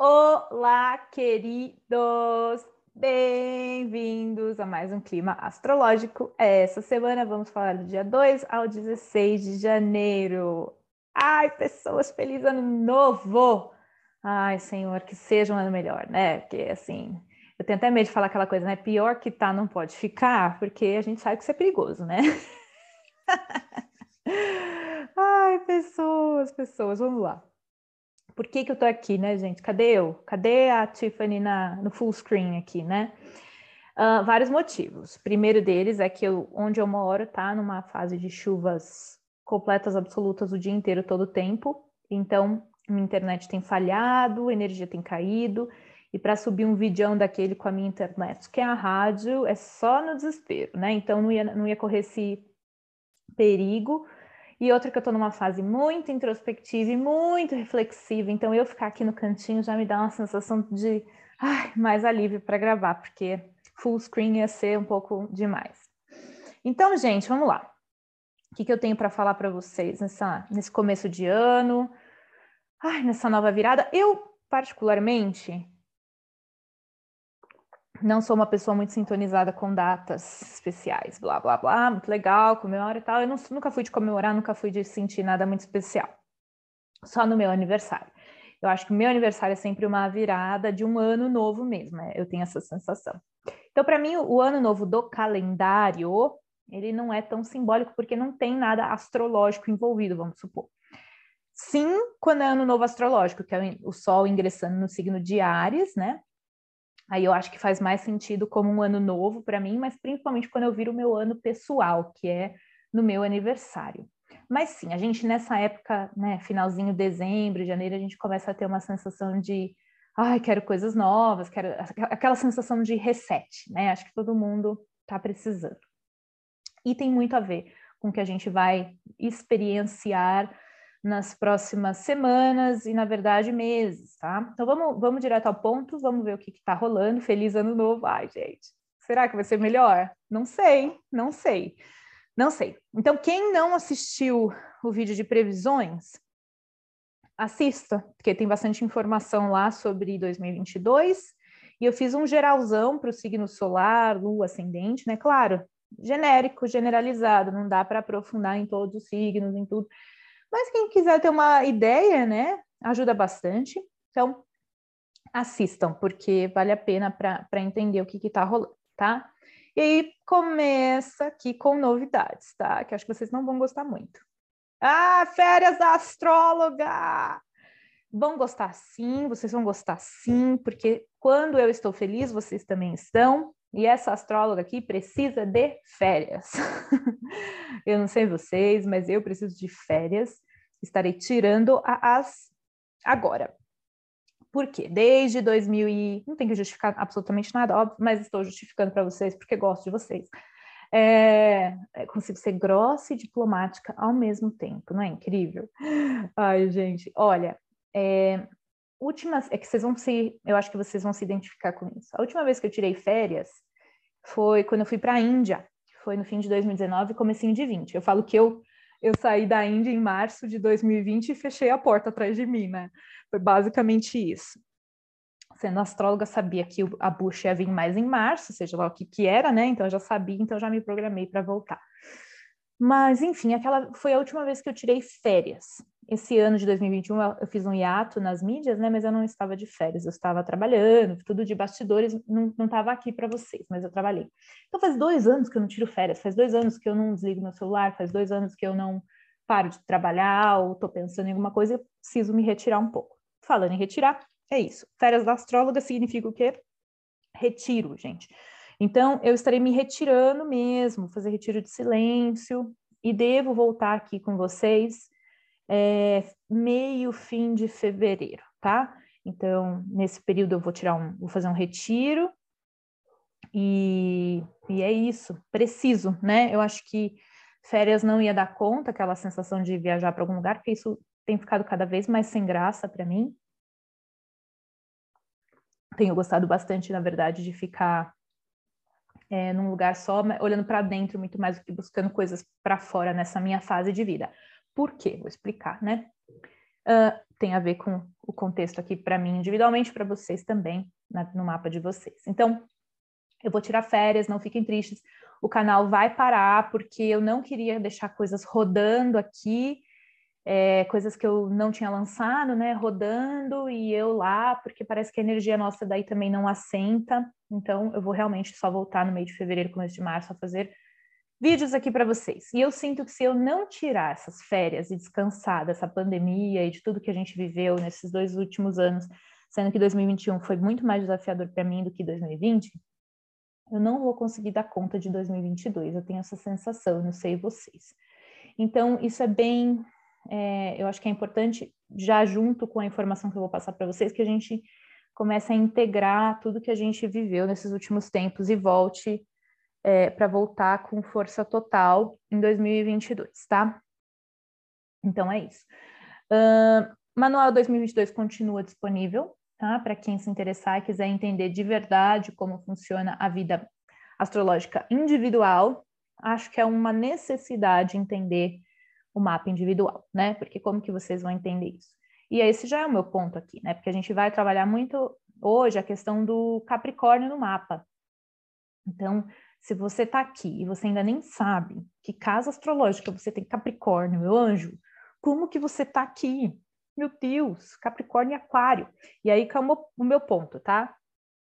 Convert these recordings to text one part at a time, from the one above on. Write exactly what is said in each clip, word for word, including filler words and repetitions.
Olá, queridos! Bem-vindos a mais um Clima Astrológico. Essa semana vamos falar do dia dois ao dezesseis de janeiro. Ai, pessoas, feliz ano novo! Ai, Senhor, que seja um ano melhor, né? Porque, assim, eu tenho até medo de falar aquela coisa, né? Pior que tá, não pode ficar, porque a gente sabe que isso é perigoso, né? Ai, pessoas, pessoas, vamos lá. Por que que eu tô aqui, né, gente? Cadê eu? Cadê a Tiffany na, no full screen aqui, né? Uh, vários motivos. O primeiro deles é que eu, onde eu moro tá numa fase de chuvas completas, absolutas, o dia inteiro, todo o tempo. Então, minha internet tem falhado, a energia tem caído. E para subir um videão daquele com a minha internet, que é a rádio, é só no desespero, né? Então, não ia, não ia correr esse perigo. E outra que eu estou numa fase muito introspectiva e muito reflexiva, então eu ficar aqui no cantinho já me dá uma sensação de ai, mais alívio para gravar, porque full screen ia ser um pouco demais. Então, gente, vamos lá. O que, que eu tenho para falar para vocês nessa, nesse começo de ano, ai, nessa nova virada? Eu, particularmente, não sou uma pessoa muito sintonizada com datas especiais, blá, blá, blá, muito legal, comemora e tal. Eu não, nunca fui de comemorar, nunca fui de sentir nada muito especial. Só no meu aniversário. Eu acho que o meu aniversário é sempre uma virada de um ano novo mesmo, né? Eu tenho essa sensação. Então, para mim, o ano novo do calendário, ele não é tão simbólico porque não tem nada astrológico envolvido, vamos supor. Sim, quando é ano novo astrológico, que é o Sol ingressando no signo de Áries, né? Aí eu acho que faz mais sentido como um ano novo para mim, mas principalmente quando eu viro o meu ano pessoal, que é no meu aniversário. Mas sim, a gente nessa época, né, finalzinho de dezembro, janeiro, a gente começa a ter uma sensação de ai, quero coisas novas, quero aquela sensação de reset, né? Acho que todo mundo está precisando. E tem muito a ver com o que a gente vai experienciar nas próximas semanas e, na verdade, meses, tá? Então, vamos, vamos direto ao ponto, vamos ver o que está rolando. Feliz ano novo. Ai, gente, será que vai ser melhor? Não sei, não sei, não sei. Então, quem não assistiu o vídeo de previsões, assista, porque tem bastante informação lá sobre dois mil e vinte e dois, e eu fiz um geralzão para o signo solar, lua, ascendente, né? Claro, genérico, generalizado, não dá para aprofundar em todos os signos, em tudo. Mas quem quiser ter uma ideia, né, ajuda bastante. Então, assistam, porque vale a pena para entender o que está rolando, tá? E aí, começa aqui com novidades, tá? Que eu acho que vocês não vão gostar muito. Ah, férias da astróloga! Vão gostar sim, vocês vão gostar sim, porque quando eu estou feliz, vocês também estão. E essa astróloga aqui precisa de férias. Eu não sei vocês, mas eu preciso de férias. Estarei tirando as agora. Por quê? Desde dois mil e... Não tem que justificar absolutamente nada, óbvio, mas estou justificando para vocês porque gosto de vocês. É... Consigo ser grossa e diplomática ao mesmo tempo, não é incrível? Ai, gente, olha, é... últimas... é que vocês vão se... eu acho que vocês vão se identificar com isso. A última vez que eu tirei férias foi quando eu fui para a Índia, foi no fim de dois mil e dezenove e comecinho de vinte. Eu falo que eu, eu saí da Índia em março de dois mil e vinte e fechei a porta atrás de mim, né? Foi basicamente isso. Sendo astróloga, sabia que a Bush ia vir mais em março, seja lá o que, que era, né? Então eu já sabia, então eu já me programei para voltar. Mas, enfim, aquela foi a última vez que eu tirei férias. Esse ano de dois mil e vinte e um eu fiz um hiato nas mídias, né? Mas eu não estava de férias, eu estava trabalhando, tudo de bastidores, não estava aqui para vocês, mas eu trabalhei. Então faz dois anos que eu não tiro férias, faz dois anos que eu não desligo meu celular, faz dois anos que eu não paro de trabalhar ou estou pensando em alguma coisa, eu preciso me retirar um pouco. Falando em retirar, é isso. Férias da astróloga significa o quê? Retiro, gente. Então, eu estarei me retirando mesmo, fazer retiro de silêncio, e devo voltar aqui com vocês é, meio fim de fevereiro, tá? Então, nesse período eu vou tirar um, vou fazer um retiro, e, e é isso, preciso, né? Eu acho que férias não ia dar conta, aquela sensação de viajar para algum lugar, porque isso tem ficado cada vez mais sem graça para mim. Tenho gostado bastante, na verdade, de ficar é, num lugar só, olhando para dentro muito mais do que buscando coisas para fora nessa minha fase de vida. Por quê? Vou explicar, né? Uh, tem a ver com o contexto aqui para mim individualmente, para vocês também, na, no mapa de vocês. Então, eu vou tirar férias, não fiquem tristes, o canal vai parar, porque eu não queria deixar coisas rodando aqui, é, coisas que eu não tinha lançado, né, rodando, e eu lá, porque parece que a energia nossa daí também não assenta, então eu vou realmente só voltar no meio de fevereiro, começo de março, a fazer vídeos aqui para vocês. E eu sinto que se eu não tirar essas férias e descansar dessa pandemia e de tudo que a gente viveu nesses dois últimos anos, sendo que dois mil e vinte e um foi muito mais desafiador para mim do que dois mil e vinte, eu não vou conseguir dar conta de dois mil e vinte e dois, eu tenho essa sensação, eu não sei vocês. Então, isso é bem, é, eu acho que é importante, já junto com a informação que eu vou passar para vocês, que a gente comece a integrar tudo que a gente viveu nesses últimos tempos e volte É, para voltar com força total em dois mil e vinte e dois, tá? Então é isso. Uh, Manual dois mil e vinte e dois continua disponível, tá? Para quem se interessar e quiser entender de verdade como funciona a vida astrológica individual, acho que é uma necessidade entender o mapa individual, né? Porque como que vocês vão entender isso? E esse já é o meu ponto aqui, né? Porque a gente vai trabalhar muito hoje a questão do Capricórnio no mapa. Então, se você está aqui e você ainda nem sabe que casa astrológica você tem Capricórnio, meu anjo, como que você está aqui? Meu Deus, Capricórnio e Aquário. E aí que é o meu, o meu ponto, tá?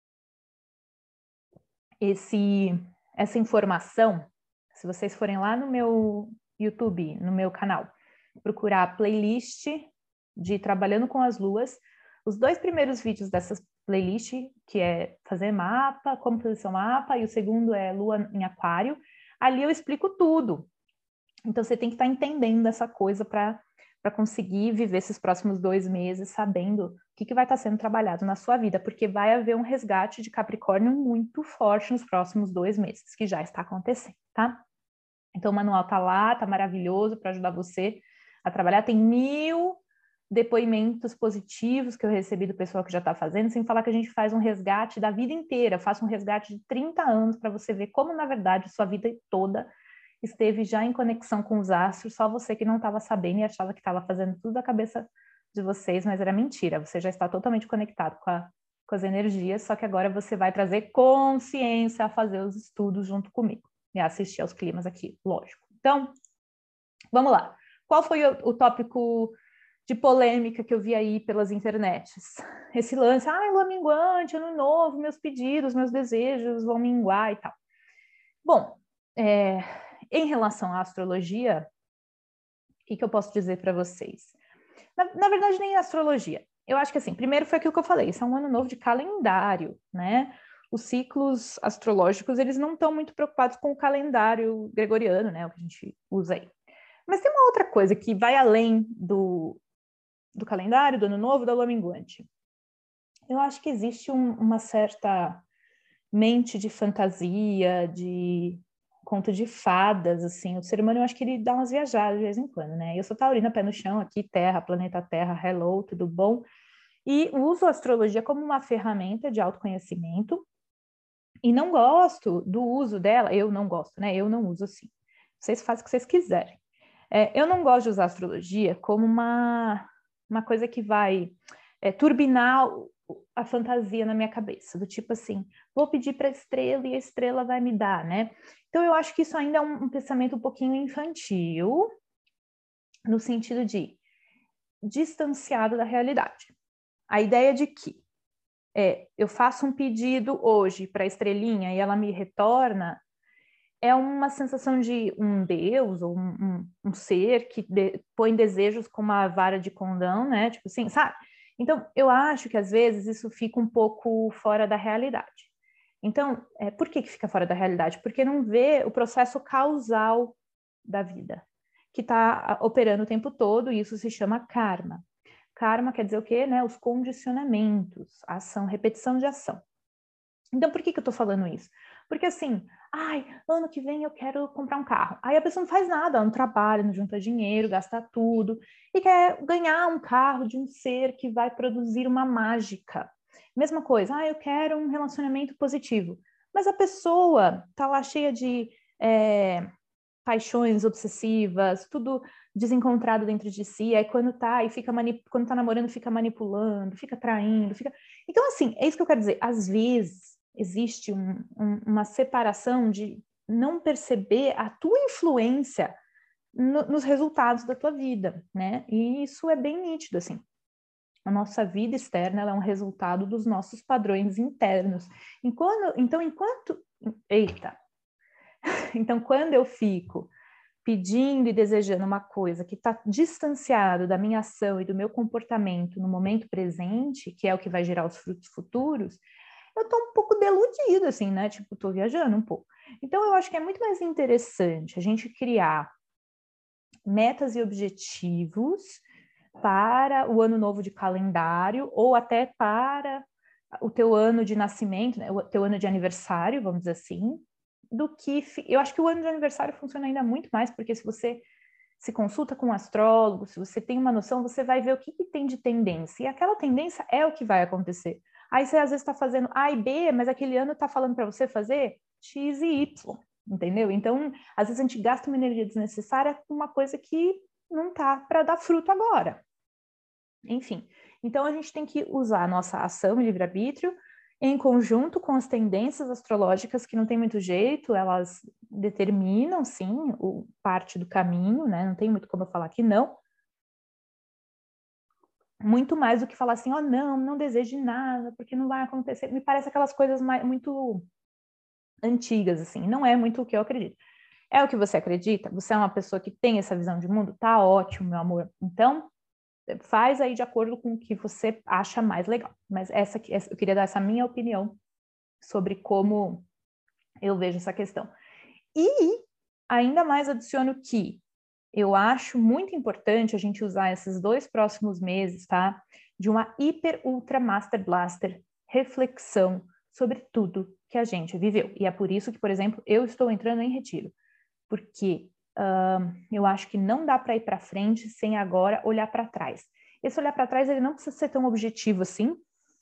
Esse, essa informação, se vocês forem lá no meu YouTube, no meu canal, procurar a playlist de Trabalhando com as Luas, os dois primeiros vídeos dessas playlist, que é fazer mapa, como fazer seu mapa, e o segundo é Lua em Aquário, ali eu explico tudo. Então você tem que estar entendendo essa coisa para para conseguir viver esses próximos dois meses sabendo o que, que vai estar sendo trabalhado na sua vida, porque vai haver um resgate de Capricórnio muito forte nos próximos dois meses, que já está acontecendo, tá? Então o manual tá lá, tá maravilhoso para ajudar você a trabalhar, tem mil depoimentos positivos que eu recebi do pessoal que já está fazendo, sem falar que a gente faz um resgate da vida inteira, faço um resgate de trinta anos para você ver como, na verdade, sua vida toda esteve já em conexão com os astros, só você que não estava sabendo e achava que estava fazendo tudo da cabeça de vocês, mas era mentira, você já está totalmente conectado com, a, com as energias, só que agora você vai trazer consciência a fazer os estudos junto comigo e a assistir aos climas aqui, lógico. Então, vamos lá. Qual foi o, o tópico de polêmica que eu vi aí pelas internets? Esse lance, ai, lua minguante, ano novo, meus pedidos, meus desejos vão minguar e tal. Bom, é, em relação à astrologia, o que, que eu posso dizer para vocês? Na, na verdade, nem astrologia. Eu acho que assim, primeiro foi aquilo que eu falei, isso é um ano novo de calendário, né? Os ciclos astrológicos, eles não estão muito preocupados com o calendário gregoriano, né? O que a gente usa aí. Mas tem uma outra coisa que vai além do, do calendário, do ano novo, da lua minguante. Eu acho que existe um, uma certa mente de fantasia, de conto de fadas, assim. O ser humano, eu acho que ele dá umas viajadas de vez em quando, né? Eu sou taurina, pé no chão, aqui, Terra, planeta Terra, hello, tudo bom? E uso a astrologia como uma ferramenta de autoconhecimento e não gosto do uso dela, eu não gosto, né? Eu não uso assim. Vocês fazem o que vocês quiserem. É, eu não gosto de usar a astrologia como uma, uma coisa que vai é, turbinar a fantasia na minha cabeça, do tipo assim, vou pedir para a estrela e a estrela vai me dar, né? Então eu acho que isso ainda é um, um pensamento um pouquinho infantil, no sentido de distanciado da realidade. A ideia de que é, eu faço um pedido hoje para a estrelinha e ela me retorna, é uma sensação de um Deus ou um, um, um ser que de, põe desejos com uma vara de condão, né? Tipo assim, sabe? Então, eu acho que às vezes isso fica um pouco fora da realidade. Então, é, por que, que fica fora da realidade? Porque não vê o processo causal da vida, que está operando o tempo todo, e isso se chama karma. Karma quer dizer o quê? Né? Os condicionamentos, ação, repetição de ação. Então, por que, que eu estou falando isso? Porque assim, ai, ano que vem eu quero comprar um carro. Aí a pessoa não faz nada, ela não trabalha, não junta dinheiro, gasta tudo, e quer ganhar um carro de um ser que vai produzir uma mágica. Mesma coisa, ah, eu quero um relacionamento positivo. Mas a pessoa tá lá cheia de é, paixões obsessivas, tudo desencontrado dentro de si, aí quando tá, e fica manip... quando tá namorando, fica manipulando, fica traindo, fica... Então, assim, é isso que eu quero dizer, às vezes existe um, um, uma separação de não perceber a tua influência no, nos resultados da tua vida, né? E isso é bem nítido, assim. A nossa vida externa, ela é um resultado dos nossos padrões internos. Enquanto, então, enquanto... Eita! Então, quando eu fico pedindo e desejando uma coisa que está distanciado da minha ação e do meu comportamento no momento presente, que é o que vai gerar os frutos futuros, eu estou um pouco deludida, assim, né? Tipo, estou viajando um pouco. Então, eu acho que é muito mais interessante a gente criar metas e objetivos para o ano novo de calendário ou até para o teu ano de nascimento, né? O teu ano de aniversário, vamos dizer assim, do que... Eu acho que o ano de aniversário funciona ainda muito mais, porque se você se consulta com um astrólogo, se você tem uma noção, você vai ver o que, que tem de tendência. E aquela tendência é o que vai acontecer. Aí você às vezes está fazendo A e B, mas aquele ano está falando para você fazer X e Y, entendeu? Então, às vezes a gente gasta uma energia desnecessária com uma coisa que não tá para dar fruto agora. Enfim, então a gente tem que usar a nossa ação e livre-arbítrio em conjunto com as tendências astrológicas, que não tem muito jeito, elas determinam, sim, o, parte do caminho, né? Não tem muito como eu falar que não. Muito mais do que falar assim, ó, oh, não, não deseje nada, porque não vai acontecer. Me parece aquelas coisas mais, muito antigas, assim, não é muito o que eu acredito. É o que você acredita? Você é uma pessoa que tem essa visão de mundo? Tá ótimo, meu amor. Então, faz aí de acordo com o que você acha mais legal. Mas essa, essa eu queria dar essa minha opinião sobre como eu vejo essa questão. E ainda mais adiciono que eu acho muito importante a gente usar esses dois próximos meses, tá? De uma hiper, ultra, master, blaster reflexão sobre tudo que a gente viveu. E é por isso que, por exemplo, eu estou entrando em retiro. Porque uh, eu acho que não dá para ir para frente sem agora olhar para trás. Esse olhar para trás, ele não precisa ser tão objetivo assim.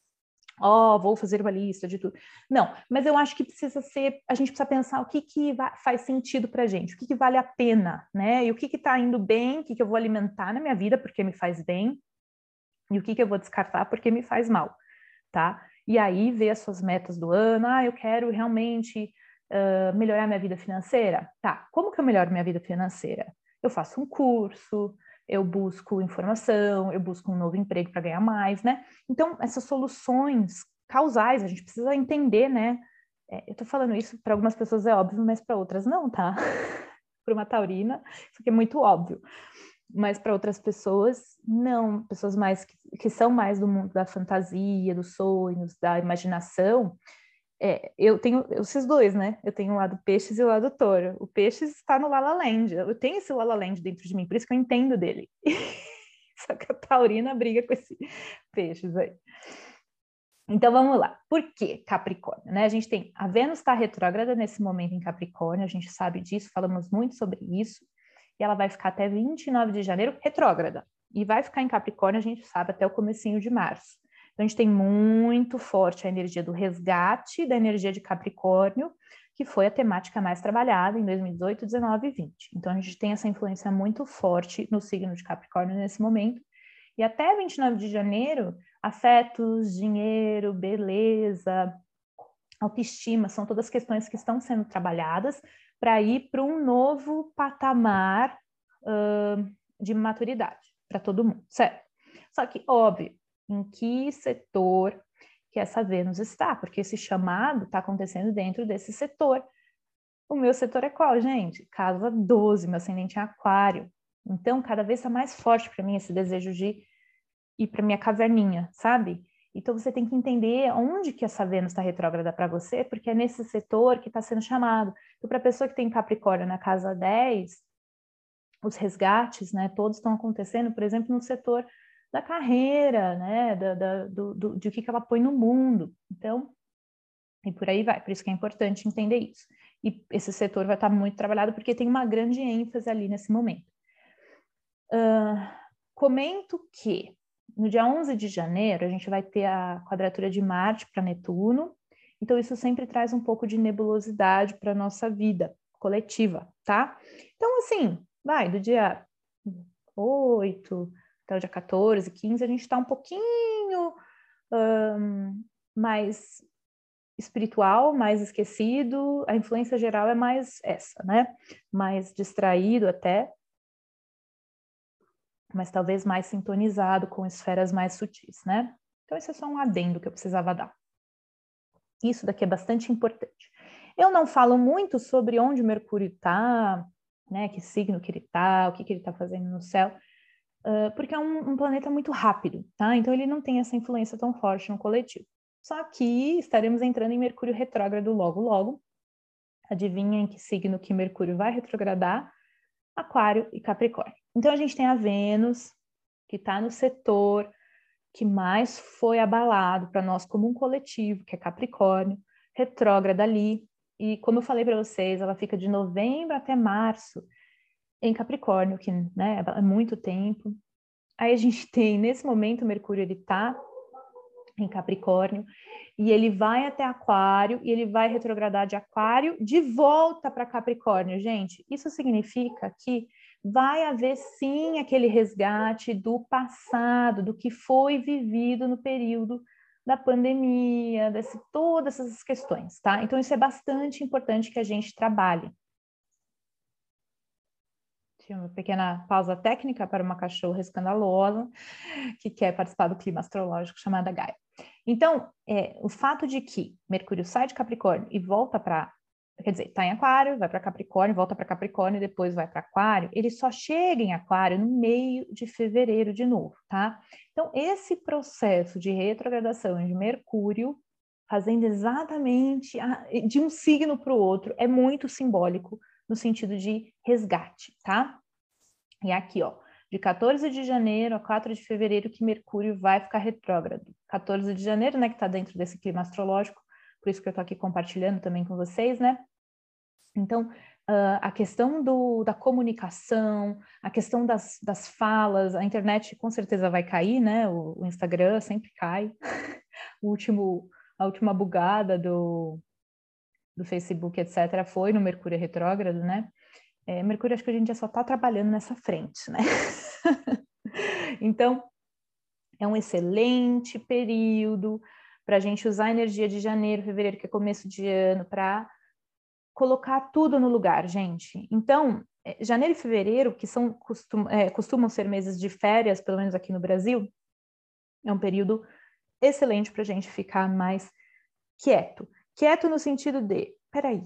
Ó, oh, vou fazer uma lista de tudo. Não, mas eu acho que precisa ser, a gente precisa pensar o que, que faz sentido para a gente, o que, que vale a pena, né? E o que está indo bem, o que, que eu vou alimentar na minha vida porque me faz bem, e o que, que eu vou descartar porque me faz mal, tá? E aí ver as suas metas do ano, ah, eu quero realmente uh, melhorar minha vida financeira. Tá, como que eu melhoro minha vida financeira? Eu faço um curso, eu busco informação, eu busco um novo emprego para ganhar mais, né? Então, essas soluções causais, a gente precisa entender, né? É, eu tô falando isso para algumas pessoas é óbvio, mas para outras não, tá? Para uma taurina, isso aqui é muito óbvio. Mas para outras pessoas, não. Pessoas mais que, que são mais do mundo da fantasia, dos sonhos, da imaginação. É, eu tenho esses dois, né? Eu tenho o lado peixes e o lado touro. O peixes está no La La Land. Eu tenho esse La La Land dentro de mim, por isso que eu entendo dele. Só que a taurina briga com esse peixes aí. Então vamos lá. Por que Capricórnio? Né? A gente tem a Vênus está retrógrada nesse momento em Capricórnio, a gente sabe disso, falamos muito sobre isso. E ela vai ficar até vinte e nove de janeiro retrógrada. E vai ficar em Capricórnio, a gente sabe, até o comecinho de março. Então, a gente tem muito forte a energia do resgate da energia de Capricórnio, que foi a temática mais trabalhada em dois mil e dezoito, dezenove e vinte. Então, a gente tem essa influência muito forte no signo de Capricórnio nesse momento. E até vinte e nove de janeiro, afetos, dinheiro, beleza, autoestima, são todas questões que estão sendo trabalhadas para ir para um novo patamar uh, de maturidade para todo mundo, certo? Só que, óbvio, em que setor que essa Vênus está, porque esse chamado está acontecendo dentro desse setor. O meu setor é qual, gente? Casa doze, meu ascendente é aquário. Então, cada vez está mais forte para mim esse desejo de ir para minha caverninha, sabe? Então, você tem que entender onde que essa Vênus está retrógrada para você, porque é nesse setor que está sendo chamado. Então, para a pessoa que tem Capricórnio na casa dez, os resgates, né, todos estão acontecendo, por exemplo, no setor da carreira, né, da, da, do, do, de o que, que ela põe no mundo. Então, e por aí vai. Por isso que é importante entender isso. E esse setor vai estar muito trabalhado, porque tem uma grande ênfase ali nesse momento. Uh, comento que no dia onze de janeiro, a gente vai ter a quadratura de Marte para Netuno, então isso sempre traz um pouco de nebulosidade para a nossa vida. coletiva, tá? Então, assim, vai, do dia oito até o dia quatorze, quinze, a gente está um pouquinho um, mais espiritual, mais esquecido, a influência geral é mais essa, né? Mais distraído até, mas talvez mais sintonizado com esferas mais sutis, né? Então, esse é só um adendo que eu precisava dar. Isso daqui é bastante importante. Eu não falo muito sobre onde Mercúrio está, né? Que signo que ele está, o que, que ele está fazendo no céu, uh, porque é um, um planeta muito rápido, tá? Então, ele não tem essa influência tão forte no coletivo. Só que estaremos entrando em Mercúrio retrógrado logo, logo. Adivinha em que signo que Mercúrio vai retrogradar? Aquário e Capricórnio. Então, a gente tem a Vênus, que está no setor que mais foi abalado para nós como um coletivo, que é Capricórnio, retrógrada ali. E como eu falei para vocês, ela fica de novembro até março em Capricórnio, que, né, é muito tempo. Aí a gente tem, nesse momento, o Mercúrio ele está em Capricórnio, e ele vai até Aquário, e ele vai retrogradar de Aquário de volta para Capricórnio, gente. Isso significa que vai haver sim aquele resgate do passado, do que foi vivido no período da pandemia, desse, todas essas questões, tá? Então, isso é bastante importante que a gente trabalhe. Uma pequena pausa técnica para uma cachorra escandalosa que quer participar do clima astrológico chamada Gaia. Então, é, o fato de que Mercúrio sai de Capricórnio e volta para, quer dizer, está em Aquário, vai para Capricórnio, volta para Capricórnio e depois vai para Aquário, ele só chega em Aquário no meio de fevereiro de novo, tá? Então, esse processo de retrogradação de Mercúrio, fazendo exatamente a, de um signo para o outro, é muito simbólico no sentido de resgate, tá? E aqui, ó, de quatorze de janeiro a quatro de fevereiro que Mercúrio vai ficar retrógrado. quatorze de janeiro, né, que está dentro desse clima astrológico, por isso que eu tô aqui compartilhando também com vocês, né? Então, uh, a questão do, da comunicação, a questão das, das falas, a internet com certeza vai cair, né? O, o Instagram sempre cai. o último, a última bugada do, do Facebook, etcétera, foi no Mercúrio retrógrado, né? É, Mercúrio, acho que a gente já só está trabalhando nessa frente, né? Então, é um excelente período para a gente usar a energia de janeiro, fevereiro, que é começo de ano, para colocar tudo no lugar, gente. Então, janeiro e fevereiro, que são, costum, é, costumam ser meses de férias, pelo menos aqui no Brasil, é um período excelente para a gente ficar mais quieto. Quieto no sentido de, peraí,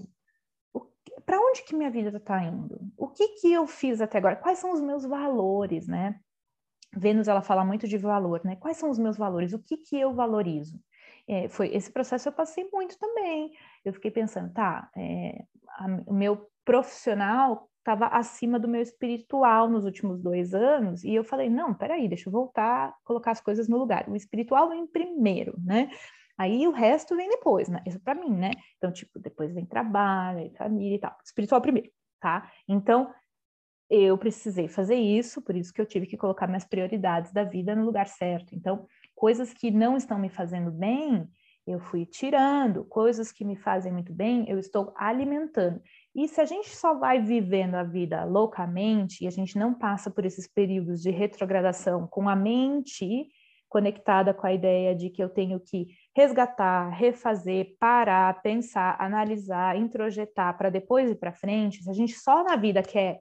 para onde que minha vida está indo? O que que eu fiz até agora? Quais são os meus valores, né? Vênus, ela fala muito de valor, né? Quais são os meus valores? O que que eu valorizo? É, foi esse processo eu passei muito também. Eu fiquei pensando, tá, é, a, o meu profissional estava acima do meu espiritual nos últimos dois anos, e eu falei, não, peraí, deixa eu voltar, colocar as coisas no lugar. O espiritual vem primeiro, né? Aí o resto vem depois, né? Isso para mim, né? Então, tipo, depois vem trabalho, aí família e tal. Espiritual primeiro, tá? Então, eu precisei fazer isso, por isso que eu tive que colocar minhas prioridades da vida no lugar certo. Então, coisas que não estão me fazendo bem, eu fui tirando. Coisas que me fazem muito bem, eu estou alimentando. E se a gente só vai vivendo a vida loucamente e a gente não passa por esses períodos de retrogradação com a mente conectada com a ideia de que eu tenho que resgatar, refazer, parar, pensar, analisar, introjetar para depois ir para frente, se a gente só na vida quer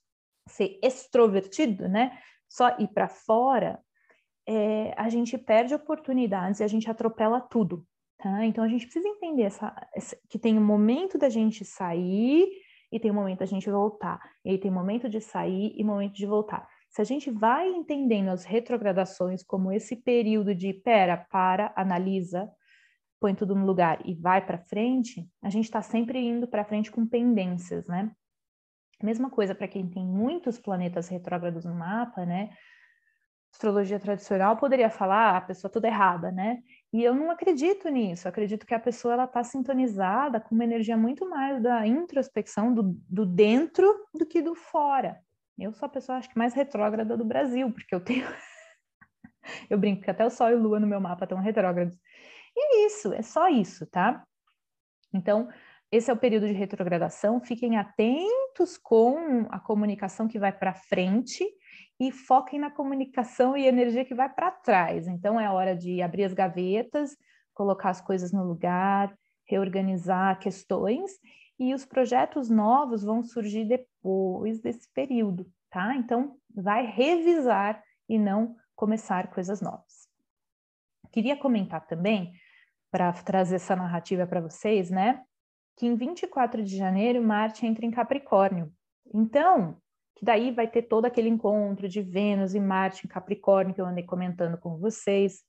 ser extrovertido, né? Só ir para fora, é, a gente perde oportunidades e a gente atropela tudo, tá? Então a gente precisa entender essa, essa, que tem um momento da gente sair e tem um momento da gente voltar. E aí tem momento de sair e momento de voltar. Se a gente vai entendendo as retrogradações como esse período de pera, para, analisa, põe tudo no lugar e vai para frente, a gente está sempre indo para frente com pendências, né? Mesma coisa para quem tem muitos planetas retrógrados no mapa, né? Astrologia tradicional poderia falar, ah, a pessoa toda errada, né? E eu não acredito nisso. Eu acredito que a pessoa ela está sintonizada com uma energia muito mais da introspecção, do, do dentro, do que do fora. Eu sou a pessoa, acho que mais retrógrada do Brasil, porque eu tenho... eu brinco que até o Sol e a Lua no meu mapa estão retrógrados. E é isso, é só isso, tá? Então, esse é o período de retrogradação, fiquem atentos com a comunicação que vai para frente e foquem na comunicação e energia que vai para trás. Então, é hora de abrir as gavetas, colocar as coisas no lugar, reorganizar questões, e os projetos novos vão surgir depois desse período, tá? Então, vai revisar e não começar coisas novas. Queria comentar também, para trazer essa narrativa para vocês, né? Que em vinte e quatro de janeiro, Marte entra em Capricórnio. Então, que daí vai ter todo aquele encontro de Vênus e Marte em Capricórnio, que eu andei comentando com vocês.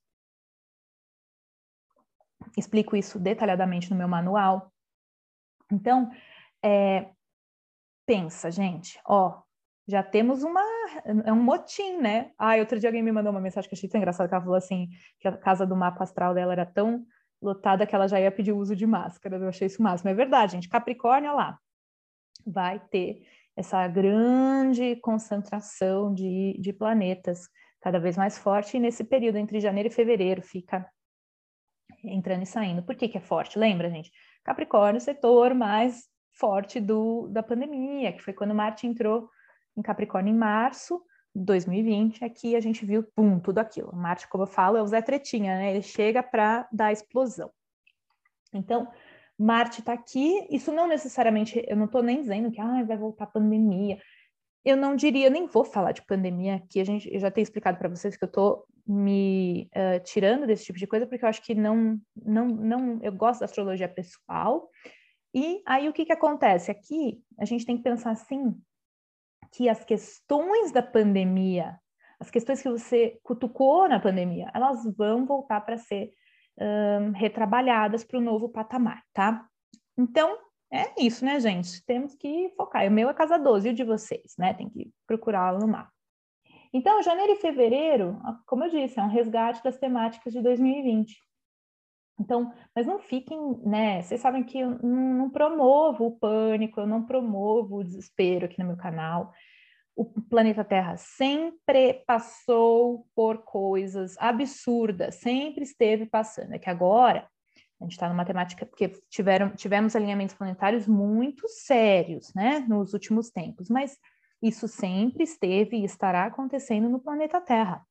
Explico isso detalhadamente no meu manual. Então, é, pensa, gente, ó, já temos uma, é um motim, né? Ah, outro dia alguém me mandou uma mensagem que eu achei tão engraçada, que ela falou assim, que a casa do mapa astral dela era tão lotada que ela já ia pedir o uso de máscara. Eu achei isso o máximo. É verdade, gente. Capricórnio, olha lá, vai ter essa grande concentração de, de planetas cada vez mais forte, e nesse período entre janeiro e fevereiro fica entrando e saindo. Por que que é forte? Lembra, gente? Capricórnio, setor mais forte do, da pandemia, que foi quando Marte entrou em Capricórnio em março de dois mil e vinte. Aqui a gente viu, pum, tudo aquilo. Marte, como eu falo, é o Zé Tretinha, né? Ele chega para dar a explosão. Então, Marte está aqui. Isso não necessariamente, eu não estou nem dizendo que ah, vai voltar a pandemia. Eu não diria, nem vou falar de pandemia aqui, a gente, eu já tenho explicado para vocês que eu estou me uh, tirando desse tipo de coisa, porque eu acho que não, não, não, eu gosto da astrologia pessoal. E aí o que que acontece? Aqui a gente tem que pensar assim, que as questões da pandemia, as questões que você cutucou na pandemia, elas vão voltar para ser um, retrabalhadas para o novo patamar, tá? Então, é isso, né, gente? Temos que focar. O meu é casa doze, e o de vocês, né? Tem que procurá-lo no mapa. Então, janeiro e fevereiro, como eu disse, é um resgate das temáticas de dois mil e vinte. Então, mas não fiquem, né? Vocês sabem que eu não, não promovo o pânico, eu não promovo o desespero aqui no meu canal. O planeta Terra sempre passou por coisas absurdas, sempre esteve passando. É que agora a gente está numa temática, porque tiveram, tivemos alinhamentos planetários muito sérios, né, nos últimos tempos, mas isso sempre esteve e estará acontecendo no planeta Terra.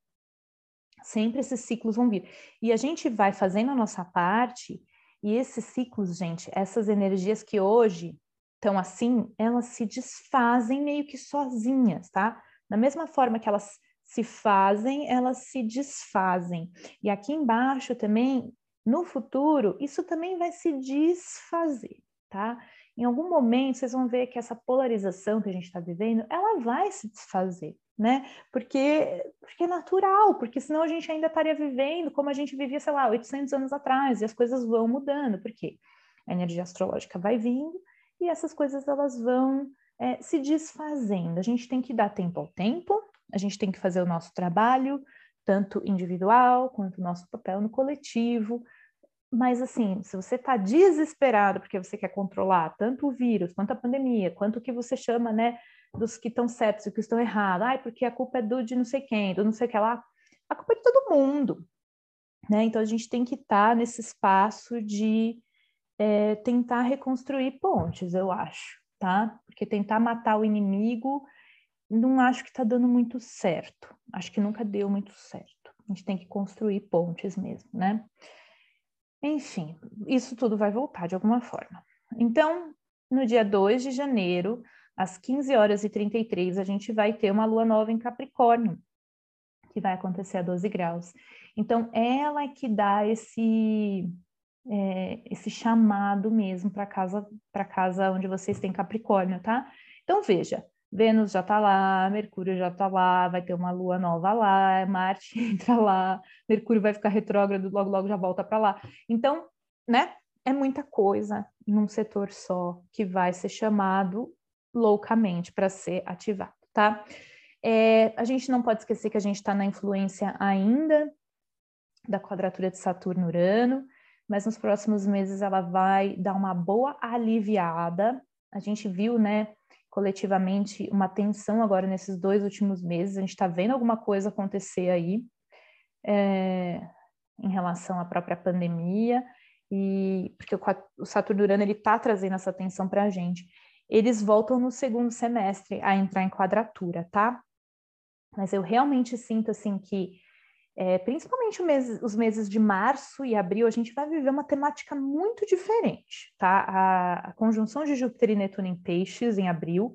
Sempre esses ciclos vão vir. E a gente vai fazendo a nossa parte, e esses ciclos, gente, essas energias que hoje estão assim, elas se desfazem meio que sozinhas, tá? Da mesma forma que elas se fazem, elas se desfazem. E aqui embaixo também, no futuro, isso também vai se desfazer, tá? Em algum momento, vocês vão ver que essa polarização que a gente está vivendo, ela vai se desfazer, né? Porque, porque é natural, porque senão a gente ainda estaria vivendo como a gente vivia, sei lá, oitocentos anos atrás, e as coisas vão mudando, porque a energia astrológica vai vindo e essas coisas elas vão é, se desfazendo. A gente tem que dar tempo ao tempo, a gente tem que fazer o nosso trabalho, tanto individual quanto o nosso papel no coletivo. Mas assim, se você está desesperado porque você quer controlar tanto o vírus, quanto a pandemia, quanto o que você chama, né, dos que estão certos e que estão errados, ai, porque a culpa é do de não sei quem, do não sei o que lá, a culpa é de todo mundo, né? Então a gente tem que estar tá nesse espaço de é, tentar reconstruir pontes, eu acho, tá? Porque tentar matar o inimigo, não acho que está dando muito certo, acho que nunca deu muito certo. A gente tem que construir pontes mesmo, né? Enfim, isso tudo vai voltar de alguma forma. Então, no dia dois de janeiro, às quinze horas e trinta e três, a gente vai ter uma lua nova em Capricórnio, que vai acontecer a doze graus. Então, ela é que dá esse, é, esse chamado mesmo para casa, para casa onde vocês têm Capricórnio, tá? Então, veja, Vênus já está lá, Mercúrio já está lá, vai ter uma lua nova lá, Marte entra lá, Mercúrio vai ficar retrógrado, logo, logo já volta para lá. Então, né, é muita coisa num setor só que vai ser chamado loucamente para ser ativado, tá? É, a gente não pode esquecer que a gente está na influência ainda da quadratura de Saturno-Urano, mas nos próximos meses ela vai dar uma boa aliviada. A gente viu, né, coletivamente uma tensão agora nesses dois últimos meses, a gente está vendo alguma coisa acontecer aí é, em relação à própria pandemia, e porque o, o Saturno Urano ele está trazendo essa atenção para a gente. Eles voltam no segundo semestre a entrar em quadratura, tá? Mas eu realmente sinto assim que É, principalmente mês, os meses de março e abril, a gente vai viver uma temática muito diferente, tá? A, a conjunção de Júpiter e Netuno em Peixes em abril,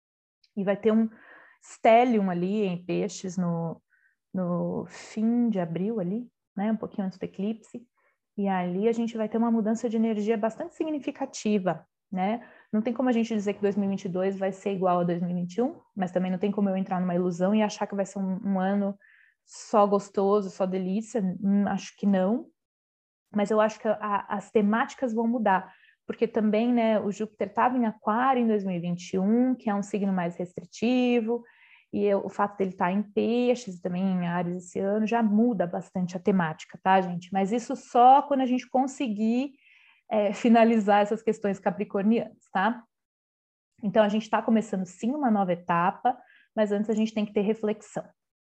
e vai ter um stellium ali em Peixes no, no fim de abril ali, né? Um pouquinho antes do eclipse, e ali a gente vai ter uma mudança de energia bastante significativa, né? Não tem como a gente dizer que dois mil e vinte e dois vai ser igual a dois mil e vinte e um, mas também não tem como eu entrar numa ilusão e achar que vai ser um, um ano só gostoso, só delícia, hum, acho que não, mas eu acho que a, as temáticas vão mudar, porque também, né, o Júpiter estava em Aquário em dois mil e vinte e um, que é um signo mais restritivo, e eu, o fato dele estar em Peixes, também em Áries esse ano, já muda bastante a temática, tá, gente? Mas isso só quando a gente conseguir é, finalizar essas questões capricornianas, tá? Então, a gente está começando, sim, uma nova etapa, mas antes a gente tem que ter reflexão.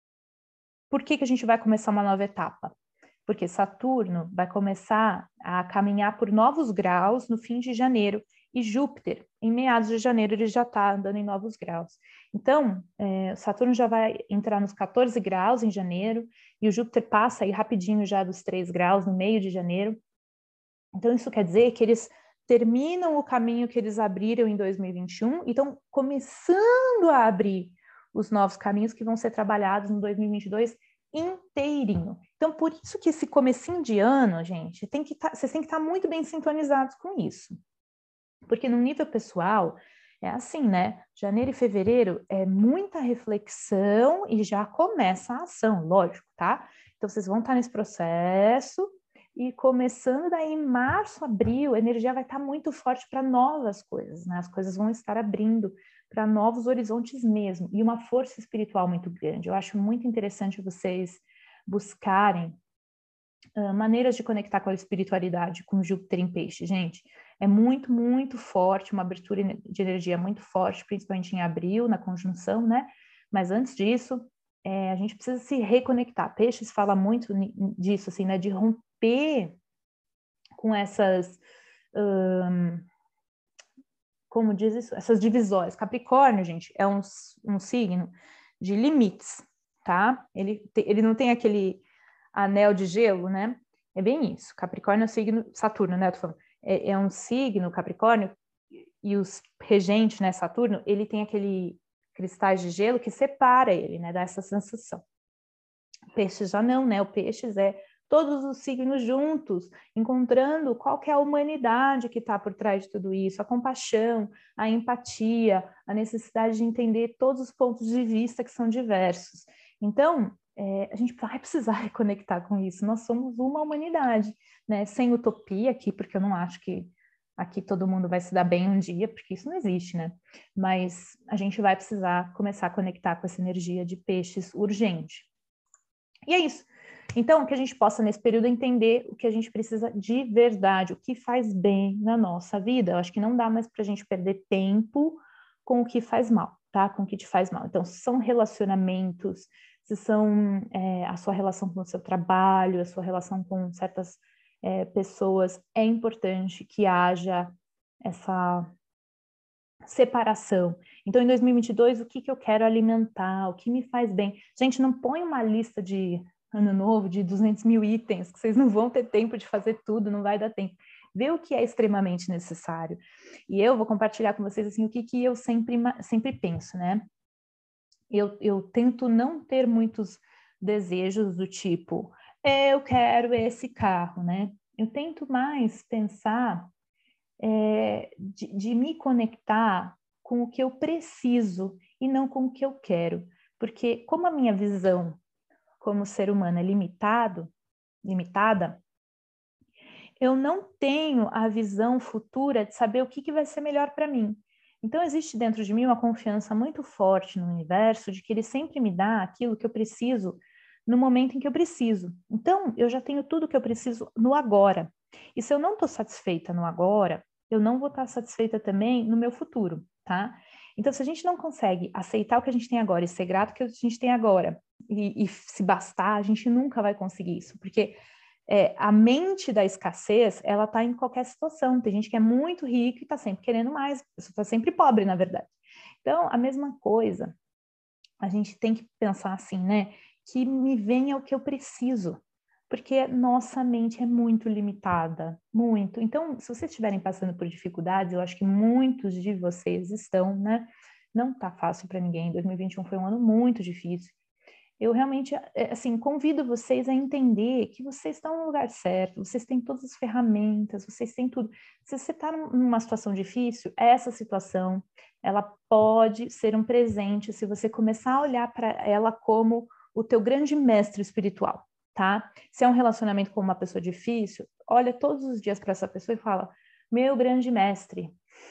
Por que que a gente vai começar uma nova etapa? Porque Saturno vai começar a caminhar por novos graus no fim de janeiro, e Júpiter, em meados de janeiro, ele já está andando em novos graus. Então, é, Saturno já vai entrar nos quatorze graus em janeiro, e o Júpiter passa aí rapidinho já dos três graus no meio de janeiro. Então, isso quer dizer que eles terminam o caminho que eles abriram em dois mil e vinte e um e estão começando a abrir os novos caminhos que vão ser trabalhados no dois mil e vinte e dois inteirinho. Então, por isso que esse comecinho de ano, gente, tem que tá, vocês têm que estar muito bem sintonizados com isso. Porque no nível pessoal, é assim, né? Janeiro e fevereiro é muita reflexão e já começa a ação, lógico, tá? Então, vocês vão estar nesse processo e começando daí em março, abril, a energia vai estar muito forte para novas coisas, né? As coisas vão estar abrindo para novos horizontes mesmo, e uma força espiritual muito grande. Eu acho muito interessante vocês buscarem uh, maneiras de conectar com a espiritualidade, com Júpiter em peixe, gente. É muito, muito forte, uma abertura de energia muito forte, principalmente em abril, na conjunção, né? Mas antes disso, é, a gente precisa se reconectar. Peixes fala muito disso, assim, né? De romper com essas... Um, como diz isso? Essas divisórias. Capricórnio, gente, é um, um signo de limites, tá? Ele, te, ele não tem aquele anel de gelo, né? É bem isso. Capricórnio é o signo... Saturno, né? Eu tô falando. É, é um signo, Capricórnio, e os regentes, né? Saturno, ele tem aquele cristais de gelo que separa ele, né? Dá essa sensação. Peixes já não, né? O peixes é todos os signos juntos, encontrando qual que é a humanidade que está por trás de tudo isso, a compaixão, a empatia, a necessidade de entender todos os pontos de vista que são diversos. Então, é, a gente vai precisar reconectar com isso. Nós somos uma humanidade, né? Sem utopia aqui, porque eu não acho que aqui todo mundo vai se dar bem um dia, porque isso não existe, né? Mas a gente vai precisar começar a conectar com essa energia de peixes urgente. E é isso. Então, que a gente possa, nesse período, entender o que a gente precisa de verdade, o que faz bem na nossa vida. Eu acho que não dá mais para a gente perder tempo com o que faz mal, tá? Com o que te faz mal. Então, se são relacionamentos, se são é, a sua relação com o seu trabalho, a sua relação com certas é, pessoas, é importante que haja essa separação. Então, em dois mil e vinte e dois, o que, que eu quero alimentar, o que me faz bem? Gente, não põe uma lista de ano novo de duzentos mil itens, que vocês não vão ter tempo de fazer tudo, não vai dar tempo. Vê o que é extremamente necessário. E eu vou compartilhar com vocês assim, o que, que eu sempre, sempre penso, né? Eu, eu tento não ter muitos desejos do tipo, eu quero esse carro, né? Eu tento mais pensar É, de, de me conectar com o que eu preciso e não com o que eu quero. Porque como a minha visão como ser humano é limitado, limitada, eu não tenho a visão futura de saber o que, que vai ser melhor para mim. Então existe dentro de mim uma confiança muito forte no universo de que ele sempre me dá aquilo que eu preciso no momento em que eu preciso. Então eu já tenho tudo que eu preciso no agora. E se eu não estou satisfeita no agora, eu não vou estar satisfeita também no meu futuro, tá? Então, se a gente não consegue aceitar o que a gente tem agora e ser grato o que a gente tem agora e, e se bastar, a gente nunca vai conseguir isso, porque É, a mente da escassez, ela está em qualquer situação. Tem gente que é muito rico e está sempre querendo mais, está sempre pobre, na verdade. Então, a mesma coisa, a gente tem que pensar assim, né? Que me venha o que eu preciso, porque nossa mente é muito limitada, muito. Então, se vocês estiverem passando por dificuldades, eu acho que muitos de vocês estão, né? Não está fácil para ninguém. dois mil e vinte e um foi um ano muito difícil. Eu realmente, assim, convido vocês a entender que vocês estão no lugar certo, vocês têm todas as ferramentas, vocês têm tudo. Se você está numa situação difícil, essa situação, ela pode ser um presente se você começar a olhar para ela como o teu grande mestre espiritual, tá? Se é um relacionamento com uma pessoa difícil, olha todos os dias para essa pessoa e fala, meu grande mestre,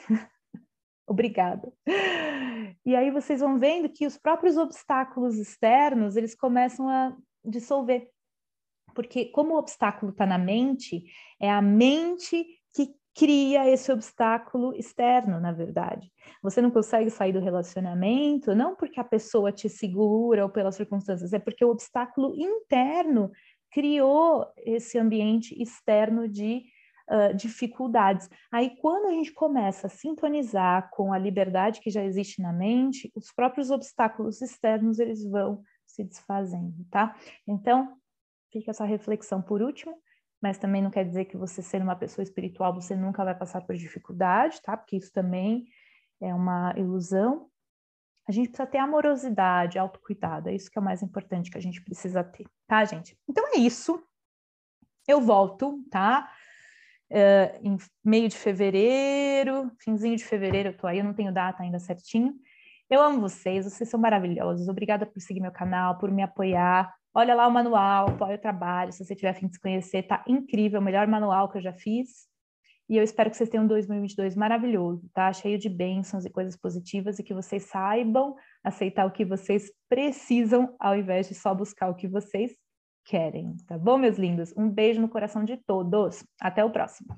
obrigada. E aí vocês vão vendo que os próprios obstáculos externos, eles começam a dissolver. Porque como o obstáculo está na mente, é a mente que cria esse obstáculo externo, na verdade. Você não consegue sair do relacionamento, não porque a pessoa te segura ou pelas circunstâncias, é porque o obstáculo interno criou esse ambiente externo de Uh, dificuldades. Aí, quando a gente começa a sintonizar com a liberdade que já existe na mente, os próprios obstáculos externos, eles vão se desfazendo, tá? Então, fica essa reflexão por último, mas também não quer dizer que você sendo uma pessoa espiritual, você nunca vai passar por dificuldade, tá? Porque isso também é uma ilusão. A gente precisa ter amorosidade, autocuidado, é isso que é o mais importante que a gente precisa ter, tá, gente? Então é isso. Eu volto, tá? Uh, em meio de fevereiro, finzinho de fevereiro, eu tô aí, eu não tenho data ainda certinho. Eu amo vocês, vocês são maravilhosos. Obrigada por seguir meu canal, por me apoiar. Olha lá o manual, apoia o trabalho. Se você tiver a fim de se conhecer, tá incrível, o melhor manual que eu já fiz. E eu espero que vocês tenham um dois mil e vinte e dois maravilhoso, tá? Cheio de bênçãos e coisas positivas e que vocês saibam aceitar o que vocês precisam ao invés de só buscar o que vocês querem, tá bom, meus lindos? Um beijo no coração de todos. Até o próximo.